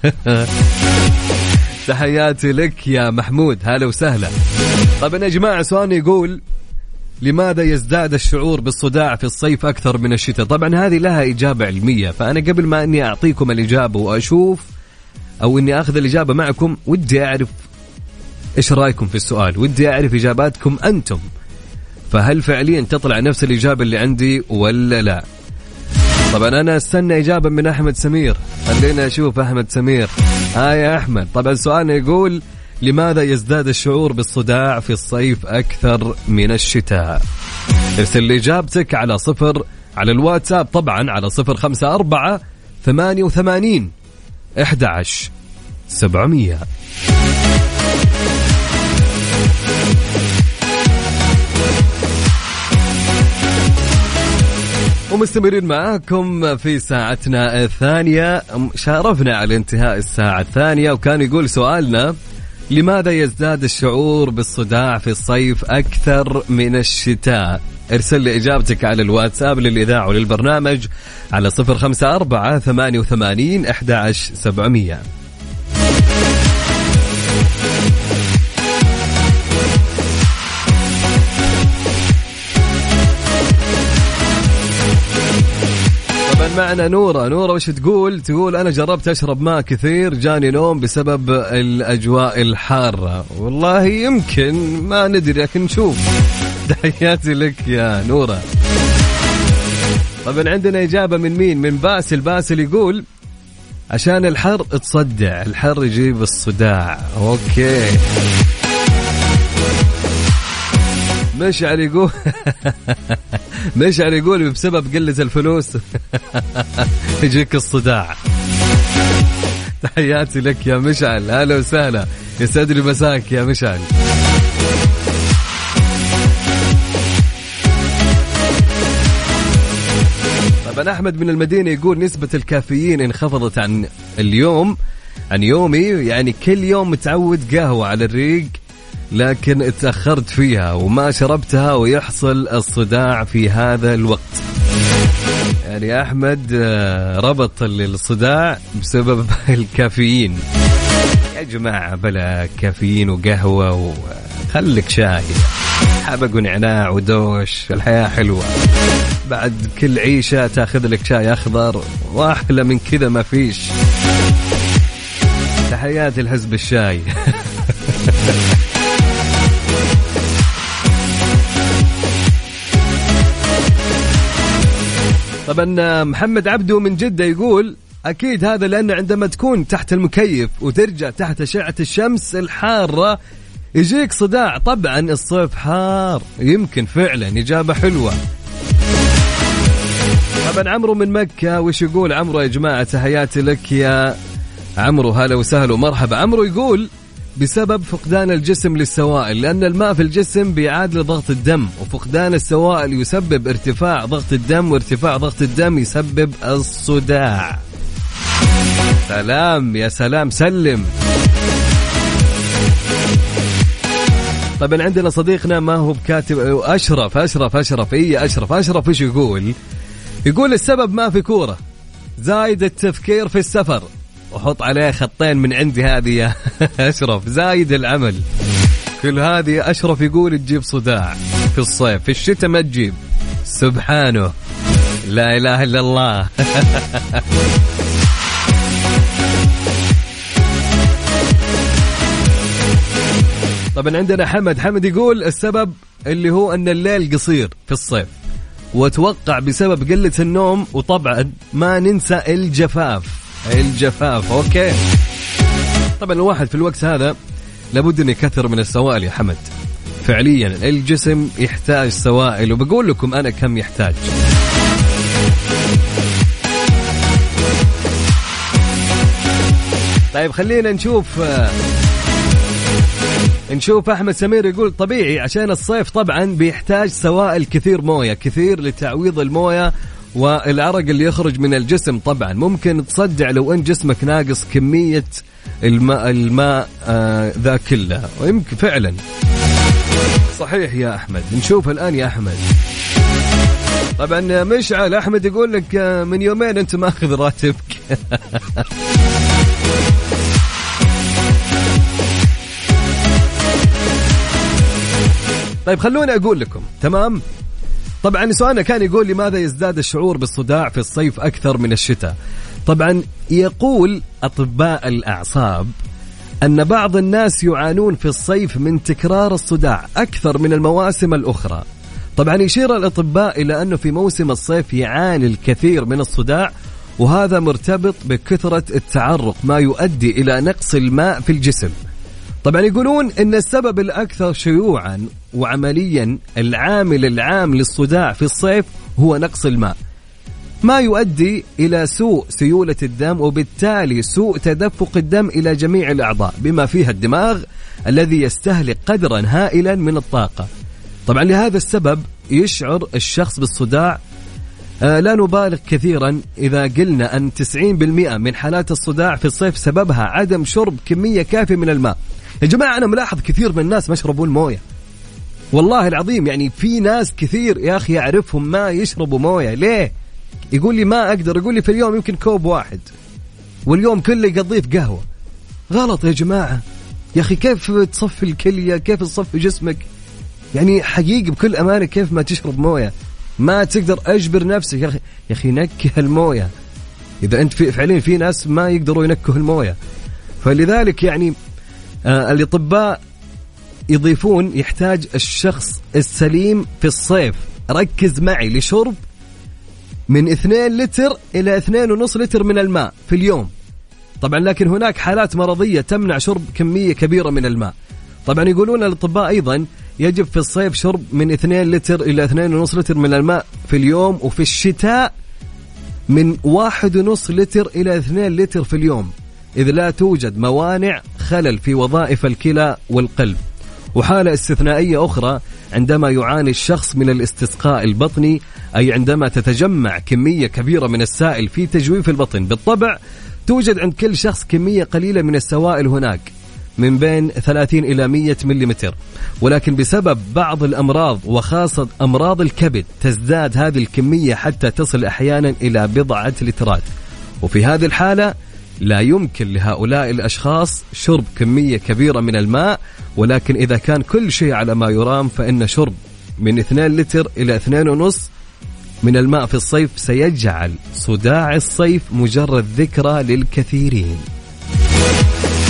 تحياتي لك يا محمود، هلا وسهلا. طبعا يا جماعة سؤال يقول لماذا يزداد الشعور بالصداع في الصيف أكثر من الشتاء؟ طبعا هذه لها إجابة علمية، فأنا قبل ما أني أعطيكم الإجابة وأشوف أو أني أخذ الإجابة معكم ودي أعرف إيش رأيكم في السؤال، ودي أعرف إجاباتكم أنتم، فهل فعليا تطلع نفس الإجابة اللي عندي ولا لا؟ طبعا أنا استنى إجابة من أحمد سمير، خلينا أشوف أحمد سمير. ها يا أحمد، طبعا سؤالنا يقول لماذا يزداد الشعور بالصداع في الصيف أكثر من الشتاء؟ ارسل لي إجابتك على صفر على الواتساب، طبعا على صفر خمسة أربعة ثمانية وثمانين أحد عشر سبعمية. ومستمرين معاكم في ساعتنا الثانية، شارفنا على انتهاء الساعة الثانية، وكان يقول سؤالنا لماذا يزداد الشعور بالصداع في الصيف أكثر من الشتاء؟ ارسل لي إجابتك على الواتساب للإذاعة وللبرنامج على صفر خمسة أربعة ثمانية وثمانين أحد عشر سبعمية. معنا نورة. نورة وش تقول؟ تقول أنا جربت أشرب ماء كثير جاني نوم بسبب الأجواء الحارة. والله يمكن، ما ندري لكن نشوف. تحياتي لك يا نورة. طبعا عندنا إجابة من مين؟ من باسل. باسل يقول عشان الحر تصدع، الحر يجيب الصداع. أوكي. مشعل يقول مشعل يقول بسبب قلة الفلوس يجيك الصداع. تحياتي لك يا مشعل، هلا وسهلا، يسعد لي مساك يا مشعل. طبعا أحمد من المدينة يقول نسبة الكافيين انخفضت عن اليوم عن يومي، يعني كل يوم متعود قهوة على الريق لكن اتأخرت فيها وما شربتها ويحصل الصداع في هذا الوقت. يعني أحمد ربط الصداع بسبب الكافيين. يا جماعة بلا كافيين وقهوة، وخلك شاي، حبق ونعناع ودوش، الحياة حلوة. بعد كل عيشة تاخذ لك شاي أخضر، وأحلى من كذا ما فيش. تحياتي الحزب الشاي. طبعا محمد عبدو من جدة يقول أكيد هذا لأن عندما تكون تحت المكيف وترجع تحت أشعة الشمس الحارة يجيك صداع. طبعا الصيف حار، يمكن فعلا إجابة حلوة. طبعا عمرو من مكة وش يقول عمرو يا جماعة؟ تحياتي لك يا عمرو، هلا وسهلا ومرحبا. عمرو يقول بسبب فقدان الجسم للسوائل، لأن الماء في الجسم بيعادل ضغط الدم، وفقدان السوائل يسبب ارتفاع ضغط الدم، وارتفاع ضغط الدم يسبب الصداع. سلام يا سلام، سلم. طبعا عندنا صديقنا ما هو بكاتب أشرف أشرف أشرف إيه أشرف أشرف إيش يقول؟ يقول السبب ما في كورة، زايد التفكير في السفر، وحط عليه خطين من عندي هذه يا أشرف، زايد العمل. كل هذه أشرف يقول تجيب صداع في الصيف، في الشتاء ما تجيب. سبحانه، لا إله إلا الله. طبعا عندنا حمد حمد يقول السبب اللي هو أن الليل قصير في الصيف، وتوقع بسبب قلة النوم، وطبعا ما ننسى الجفاف. الجفاف أوكي. طبعا الواحد في الوقت هذا لابد أن يكثر من السوائل يا حمد، فعليا الجسم يحتاج سوائل، وبقول لكم أنا كم يحتاج. طيب خلينا نشوف نشوف أحمد سمير يقول طبيعي عشان الصيف طبعا بيحتاج سوائل كثير، موية كثير لتعويض الموية والعرق اللي يخرج من الجسم. طبعا ممكن تصدع لو ان جسمك ناقص كمية الماء الماء آه ذا كله، ويمكن فعلا صحيح يا أحمد. نشوف الآن يا أحمد. طبعا مشعل أحمد يقول لك من يومين أنت ماخذ راتبك. طيب خلوني أقول لكم تمام. طبعا سؤالنا كان يقول لماذا يزداد الشعور بالصداع في الصيف أكثر من الشتاء؟ طبعا يقول أطباء الأعصاب أن بعض الناس يعانون في الصيف من تكرار الصداع أكثر من المواسم الأخرى. طبعا يشير الأطباء إلى أنه في موسم الصيف يعاني الكثير من الصداع، وهذا مرتبط بكثرة التعرق ما يؤدي إلى نقص الماء في الجسم. طبعا يقولون أن السبب الأكثر شيوعا وعمليا العامل العام للصداع في الصيف هو نقص الماء، ما يؤدي إلى سوء سيولة الدم، وبالتالي سوء تدفق الدم إلى جميع الأعضاء بما فيها الدماغ الذي يستهلك قدرا هائلا من الطاقة. طبعا لهذا السبب يشعر الشخص بالصداع. آه لا نبالغ كثيرا إذا قلنا أن تسعين بالمئة من حالات الصداع في الصيف سببها عدم شرب كمية كافية من الماء. يا جماعة أنا ملاحظ كثير من الناس ما يشربون موية، والله العظيم. يعني في ناس كثير يا أخي يعرفهم ما يشربوا موية. ليه؟ يقول لي ما أقدر، يقول لي في اليوم يمكن كوب واحد، واليوم كله يقضيه في قهوة. غلط يا جماعة. يا أخي كيف تصفي الكلية، كيف تصفي جسمك؟ يعني حقيقي بكل أمانة كيف ما تشرب موية؟ ما تقدر أجبر نفسك يا أخي. يا أخي نكه الموية. إذا أنت في فعليا في ناس ما يقدروا ينكهوا الموية، فلذلك يعني آه الأطباء يضيفون يحتاج الشخص السليم في الصيف، ركز معي، لشرب من اثنين لتر إلى اثنين ونص لتر من الماء في اليوم. طبعا لكن هناك حالات مرضية تمنع شرب كمية كبيرة من الماء. طبعا يقولون الأطباء أيضا يجب في الصيف شرب من اثنين لتر إلى اثنين ونص لتر من الماء في اليوم، وفي الشتاء من واحد ونص لتر إلى اثنين لتر في اليوم، إذ لا توجد موانع خلل في وظائف الكلى والقلب. وحالة استثنائية أخرى عندما يعاني الشخص من الاستسقاء البطني، أي عندما تتجمع كمية كبيرة من السائل في تجويف البطن. بالطبع توجد عند كل شخص كمية قليلة من السوائل هناك من بين ثلاثين إلى مئة مليمتر، ولكن بسبب بعض الأمراض وخاصة أمراض الكبد تزداد هذه الكمية حتى تصل أحيانا إلى بضعة لترات. وفي هذه الحالة لا يمكن لهؤلاء الأشخاص شرب كمية كبيرة من الماء، ولكن إذا كان كل شيء على ما يرام فإن شرب من اثنين لتر إلى اثنين ونص من الماء في الصيف سيجعل صداع الصيف مجرد ذكرى للكثيرين.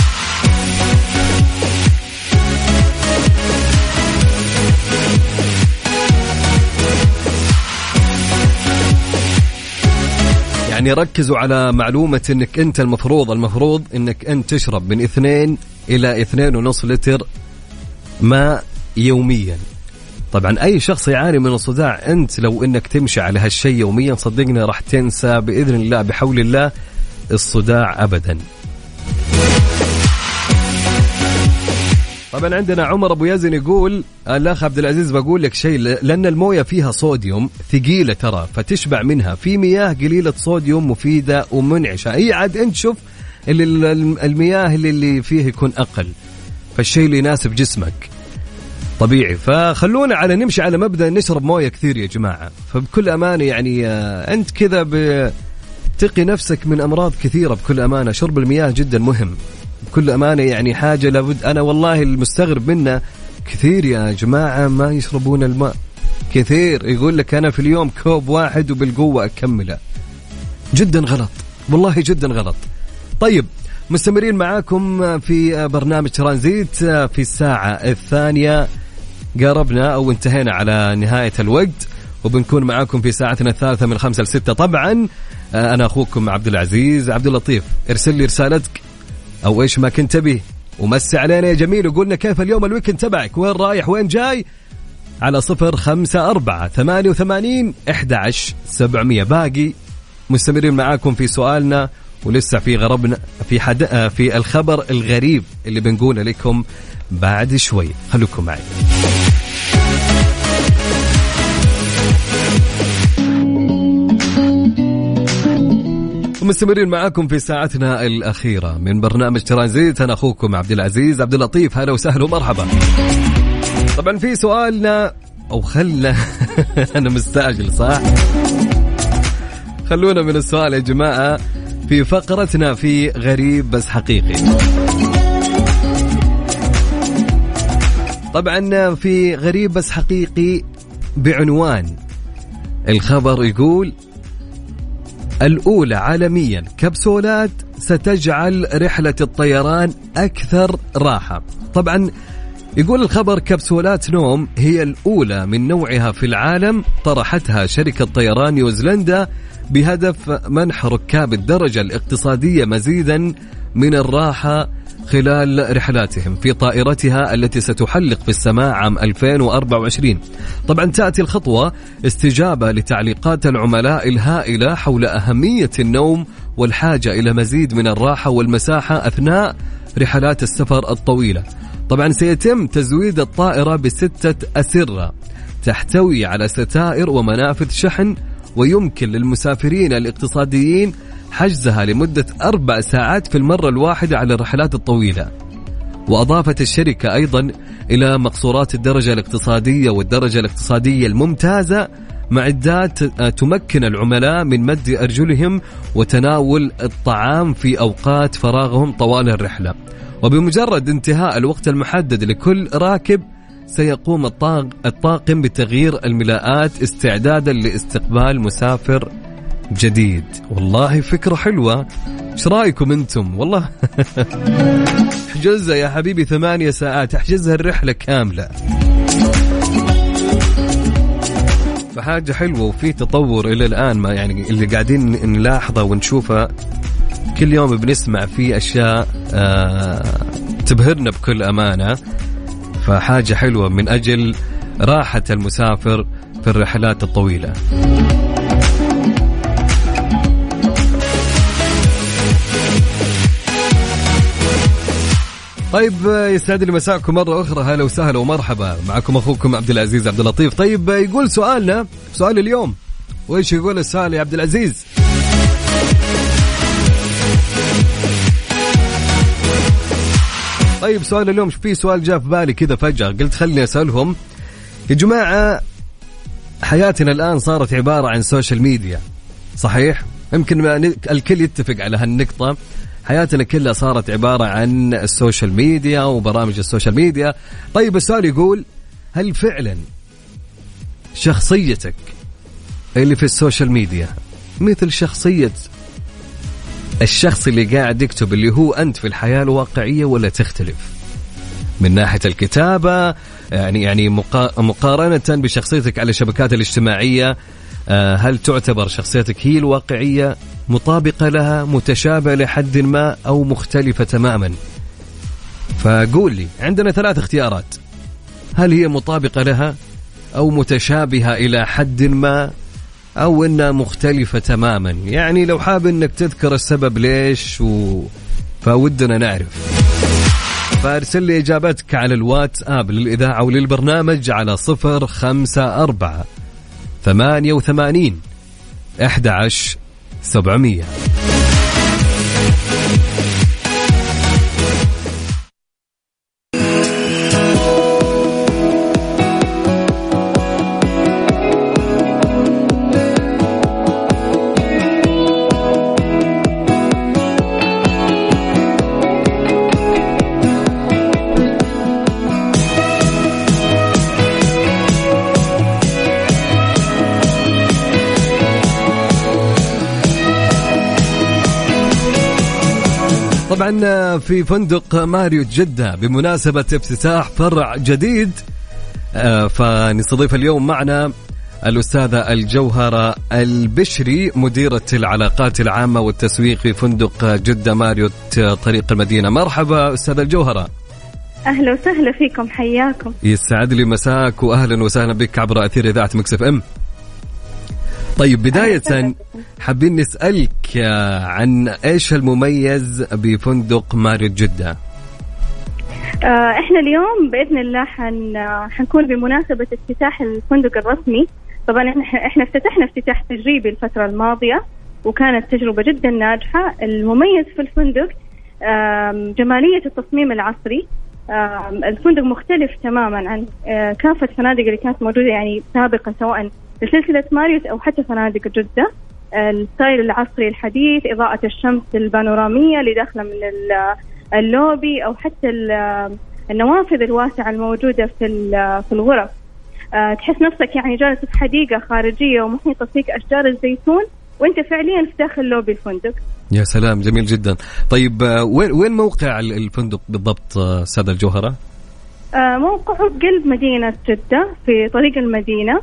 يعني ركزوا على معلومة انك انت المفروض المفروض انك انت تشرب من اثنين الى اثنين ونص لتر ماء يوميا. طبعا اي شخص يعاني من الصداع، انت لو انك تمشي على هالشيء يوميا صدقني راح تنسى باذن الله بحول الله الصداع ابدا. طبعا عندنا عمر ابو يزن يقول الاخ عبد العزيز بقول لك شيء، لان المويه فيها صوديوم ثقيله ترى فتشبع منها، في مياه قليله صوديوم مفيده ومنعشه. اي عاد انت شوف اللي المياه اللي, اللي فيه يكون اقل، فالشيء اللي يناسب جسمك طبيعي. فخلونا على نمشي على مبدأ نشرب مويه كثير يا جماعه. فبكل امانه يعني انت كذا بتقي نفسك من امراض كثيره. بكل امانه شرب المياه جدا مهم بكل أمانة، يعني حاجة لابد. أنا والله المستغرب منه كثير يا جماعة ما يشربون الماء كثير، يقول لك أنا في اليوم كوب واحد وبالقوة أكمله. جدا غلط والله جدا غلط. طيب مستمرين معاكم في برنامج ترانزيت في الساعة الثانية، قاربنا أو انتهينا على نهاية الوقت، وبنكون معاكم في ساعتنا الثالثة من خمسة لستة. طبعا أنا أخوكم عبد العزيز عبد اللطيف. ارسل لي رسالتك أو إيش ما كنت به ومسي علينا يا جميل وقولنا كيف اليوم الويكند تبعك، وين رايح وين جاي، على صفر خمسة أربعة ثمانية وثمانين أحد عشر سبعمية. باقي مستمرين معاكم في سؤالنا، ولسه في غربنا في حد في الخبر الغريب اللي بنقوله لكم بعد شوي. خلوكم معي. مستمرين معاكم في ساعتنا الأخيرة من برنامج ترانزيت. أنا أخوكم عبد العزيز عبد اللطيف. هلا وسهلا ومرحبا. طبعا في سؤالنا أو خلنا أنا مستعجل صح؟ خلونا من السؤال يا جماعة في فقرتنا في غريب بس حقيقي. طبعا في غريب بس حقيقي بعنوان الخبر يقول الأولى عالميا كبسولات ستجعل رحلة الطيران أكثر راحة. طبعا يقول الخبر كبسولات نوم هي الأولى من نوعها في العالم طرحتها شركة طيران نيوزيلندا بهدف منح ركاب الدرجة الاقتصادية مزيدا من الراحة خلال رحلاتهم في طائرتها التي ستحلق في السماء عام ألفين وأربعة وعشرين. طبعا تأتي الخطوة استجابة لتعليقات العملاء الهائلة حول أهمية النوم والحاجة إلى مزيد من الراحة والمساحة أثناء رحلات السفر الطويلة. طبعا سيتم تزويد الطائرة بستة أسرة تحتوي على ستائر ومنافذ شحن، ويمكن للمسافرين الاقتصاديين حجزها لمدة أربع ساعات في المرة الواحدة على الرحلات الطويلة. وأضافت الشركة أيضا إلى مقصورات الدرجة الاقتصادية والدرجة الاقتصادية الممتازة معدات تمكن العملاء من مد أرجلهم وتناول الطعام في أوقات فراغهم طوال الرحلة. وبمجرد انتهاء الوقت المحدد لكل راكب سيقوم الطاقم بتغيير الملاءات استعدادا لاستقبال مسافر جديد. والله فكرة حلوة، ايش رايكم انتم؟ والله احجزها يا حبيبي ثمانية ساعات، احجزها الرحلة كاملة. فحاجة حلوة وفي تطور إلى الآن، ما يعني اللي قاعدين نلاحظه ونشوفه كل يوم بنسمع فيه أشياء آه تبهرنا بكل أمانة. فحاجة حلوة من أجل راحة المسافر في الرحلات الطويلة. طيب يسعد لي مساءكم مرة أخرى. هلا وسهلا ومرحبا معكم أخوكم عبد العزيز عبد اللطيف. طيب يقول سؤالنا سؤال اليوم، وإيش يقول السؤال يا عبد العزيز؟ طيب سؤال اليوم، في سؤال جاء في بالي كذا فجأة قلت خلني أسألهم يا جماعة. حياتنا الآن صارت عبارة عن سوشيال ميديا، صحيح؟ يمكن الكل يتفق على هالنقطة. حياتنا كلها صارت عبارة عن السوشيال ميديا وبرامج السوشيال ميديا. طيب السؤال يقول هل فعلا شخصيتك اللي في السوشيال ميديا مثل شخصية الشخص اللي قاعد يكتب اللي هو أنت في الحياة الواقعية، ولا تختلف من ناحية الكتابة؟ يعني يعني مقارنة بشخصيتك على الشبكات الاجتماعية هل تعتبر شخصيتك هي الواقعية، مطابقة لها، متشابهة لحد ما، أو مختلفة تماما؟ فقول لي، عندنا ثلاث اختيارات: هل هي مطابقة لها، أو متشابهة إلى حد ما، أو إنها مختلفة تماما. يعني لو حاب إنك تذكر السبب ليش و... فودنا نعرف. فارسل لي إجابتك على الواتس آب للإذاعة وللبرنامج على صفر خمسة أربعة ثمانية وثمانين أحد عشر سبعمية. طبعا في فندق ماريوت جدة بمناسبة افتتاح فرع جديد، فنستضيف اليوم معنا الأستاذة الجوهرة البشري، مديرة العلاقات العامة والتسويق في فندق جدة ماريوت طريق المدينة. مرحبا أستاذة الجوهرة. أهلا وسهلا فيكم، حياكم. يسعد لي مساك وأهلا وسهلا بك عبر أثير إذاعة مكس اف ام. طيب بداية حابين نسألك عن إيش المميز بفندق ماريوت جدة؟ إحنا اليوم بإذن الله حن حنكون بمناسبة افتتاح الفندق الرسمي. طبعا إحنا إحنا افتتحنا افتتاح تجريبي الفترة الماضية وكانت تجربة جدا ناجحة. المميز في الفندق جمالية التصميم العصري. الفندق مختلف تماما عن كافة فنادق اللي كانت موجودة يعني سابقا، سواء في سلسلة ماريوت أو حتى فنادق جدة. الستايل العصري الحديث، إضاءة الشمس البانورامية اللي داخلة من اللوبي أو حتى النوافذ الواسعة الموجودة في في الغرف. تحس نفسك يعني جالس في حديقة خارجية ومحيطة فيك أشجار الزيتون وأنت فعليا في داخل لوبي الفندق. يا سلام، جميل جدا. طيب وين وين موقع الفندق بالضبط سادة الجوهرة؟ موقعه بقلب مدينة جدة في طريق المدينة.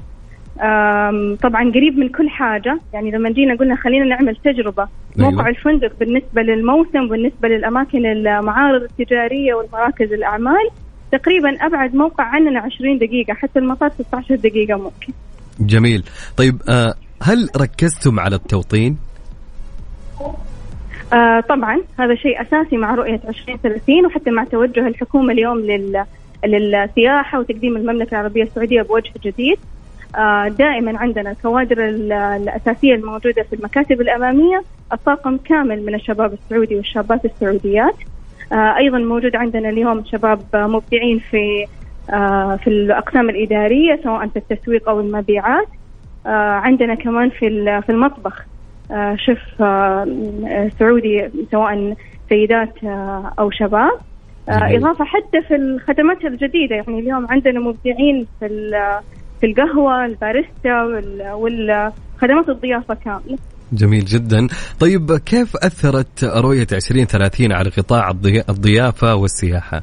طبعا قريب من كل حاجة. يعني لما جينا قلنا خلينا نعمل تجربة. أيوة. موقع الفندق بالنسبة للموسم بالنسبة للأماكن المعارض التجارية والمراكز الأعمال تقريبا أبعد موقع عننا عشرين دقيقة، حتى المطار ستة عشر دقيقة ممكن. جميل. طيب هل ركزتم على التوطين؟ آه طبعا هذا شيء أساسي مع رؤية عشرين ثلاثين، وحتى مع توجه الحكومة اليوم لل للسياحة وتقديم المملكة العربية السعودية بوجه جديد. دائما عندنا الكوادر الأساسية الموجودة في المكاتب الأمامية الطاقم كامل من الشباب السعودي والشابات السعوديات. أيضا موجود عندنا اليوم شباب مبدعين في في الأقسام الإدارية سواء في التسويق أو المبيعات. عندنا كمان في في المطبخ شيف سعودي سواء سيدات أو شباب. إضافة حتى في الخدمات الجديدة، يعني اليوم عندنا مبدعين في في القهوة الباريستا والخدمات الضيافة كاملة. جميل جدا. طيب كيف أثرت رؤية عشرين ثلاثين على قطاع الضيافة والسياحة؟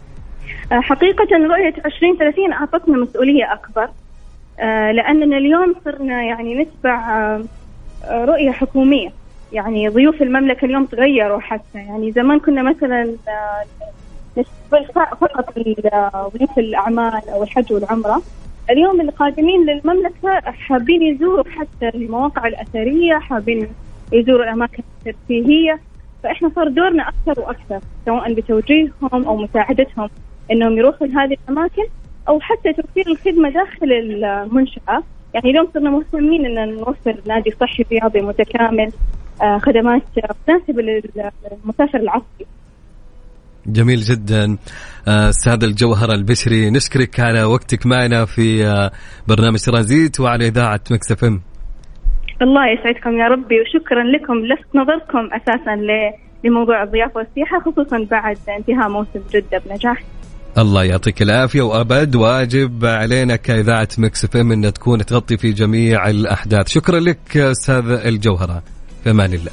حقيقة رؤية عشرين ثلاثين أعطتنا مسؤولية أكبر، لأننا اليوم صرنا يعني نتبع رؤية حكومية. يعني ضيوف المملكة اليوم تغيروا حتى. يعني زمان كنا مثلا نستقبل فقط ضيوف الأعمال أو الحج والعمرة. اليوم القادمين للمملكة حابين يزوروا حتى المواقع الأثرية، حابين يزوروا الأماكن الترفيهية. فإحنا صار دورنا أكثر وأكثر، سواء بتوجيههم أو مساعدتهم إنهم يروحوا لهذه الأماكن أو حتى توفير الخدمة داخل المنشأة. يعني اليوم صرنا مهتمين إن نوفر نادي صحي رياضي متكامل، خدمات مناسبة للمسافر العصري. جميل جدا. السادة الجوهرة البشري، نشكرك على وقتك معنا في برنامج ترانزيت وعلى إذاعة مكس اف ام. الله يسعدكم يا ربي، وشكرا لكم لفت نظركم أساسا لموضوع الضيافة والسياحة، خصوصا بعد انتهاء موسم جدة بنجاح. الله يعطيك العافية، وأبد واجب علينا كإذاعة مكس اف ام أن تكون تغطي في جميع الأحداث. شكرا لك أستاذ الجوهرة، في أمان الله.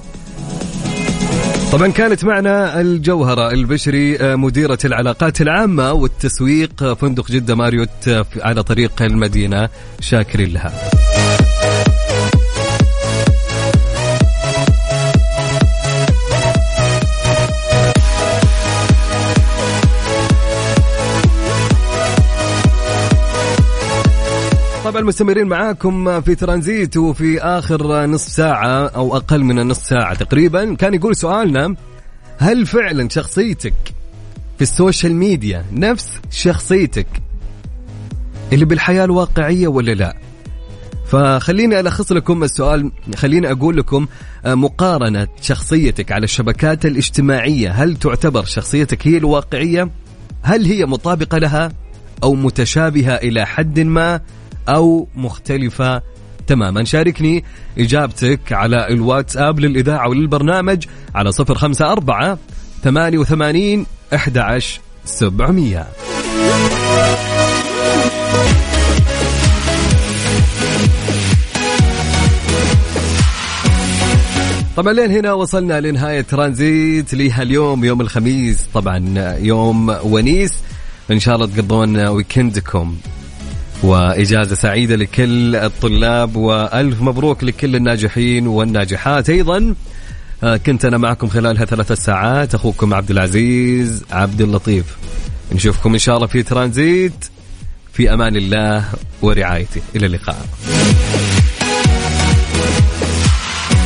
طبعا كانت معنا الجوهرة البشري مديرة العلاقات العامة والتسويق فندق جدة ماريوت على طريق المدينة، شاكرين لها. طبعا مستمرين معاكم في ترانزيت، وفي آخر نصف ساعة أو أقل من النصف ساعة تقريبا كان يقول سؤالنا: هل فعلا شخصيتك في السوشيال ميديا نفس شخصيتك اللي بالحياة الواقعية ولا لا؟ فخليني ألخص لكم السؤال، خليني أقول لكم مقارنة شخصيتك على الشبكات الاجتماعية، هل تعتبر شخصيتك هي الواقعية؟ هل هي مطابقة لها أو متشابهة إلى حد ما أو مختلفة تماما؟ شاركني إجابتك على الواتساب للإذاعة وللبرنامج على صفر خمسة أربعة ثمانية وثمانين أحد عشر سبعمية. طبعا لين هنا وصلنا لنهاية ترانزيت لها اليوم، يوم الخميس، طبعا يوم ونيس، إن شاء الله تقضون ويكندكم وإجازة سعيدة لكل الطلاب، وألف مبروك لكل الناجحين والناجحات. أيضا كنت أنا معكم خلال هالثلاث ساعات أخوكم عبد العزيز عبد اللطيف. نشوفكم إن شاء الله في ترانزيت، في أمان الله ورعايته، إلى اللقاء.